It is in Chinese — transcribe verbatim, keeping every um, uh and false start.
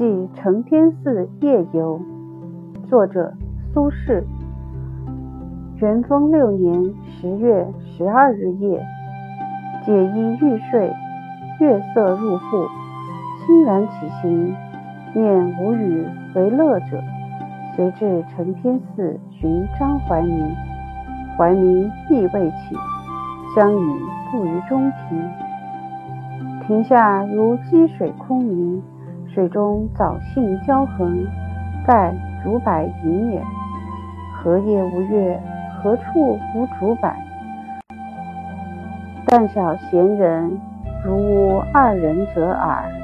记承天寺夜游，作者苏轼。元丰六年十月十二日夜，解衣欲睡，月色入户，欣然起行，念无与为乐者，遂至承天寺寻张怀民。怀民亦未起，相与步于中庭。庭下如积水空明，水中藻荇交横，盖竹柏隐也。何夜无月，何处无竹柏？但少闲人，如无二人者耳。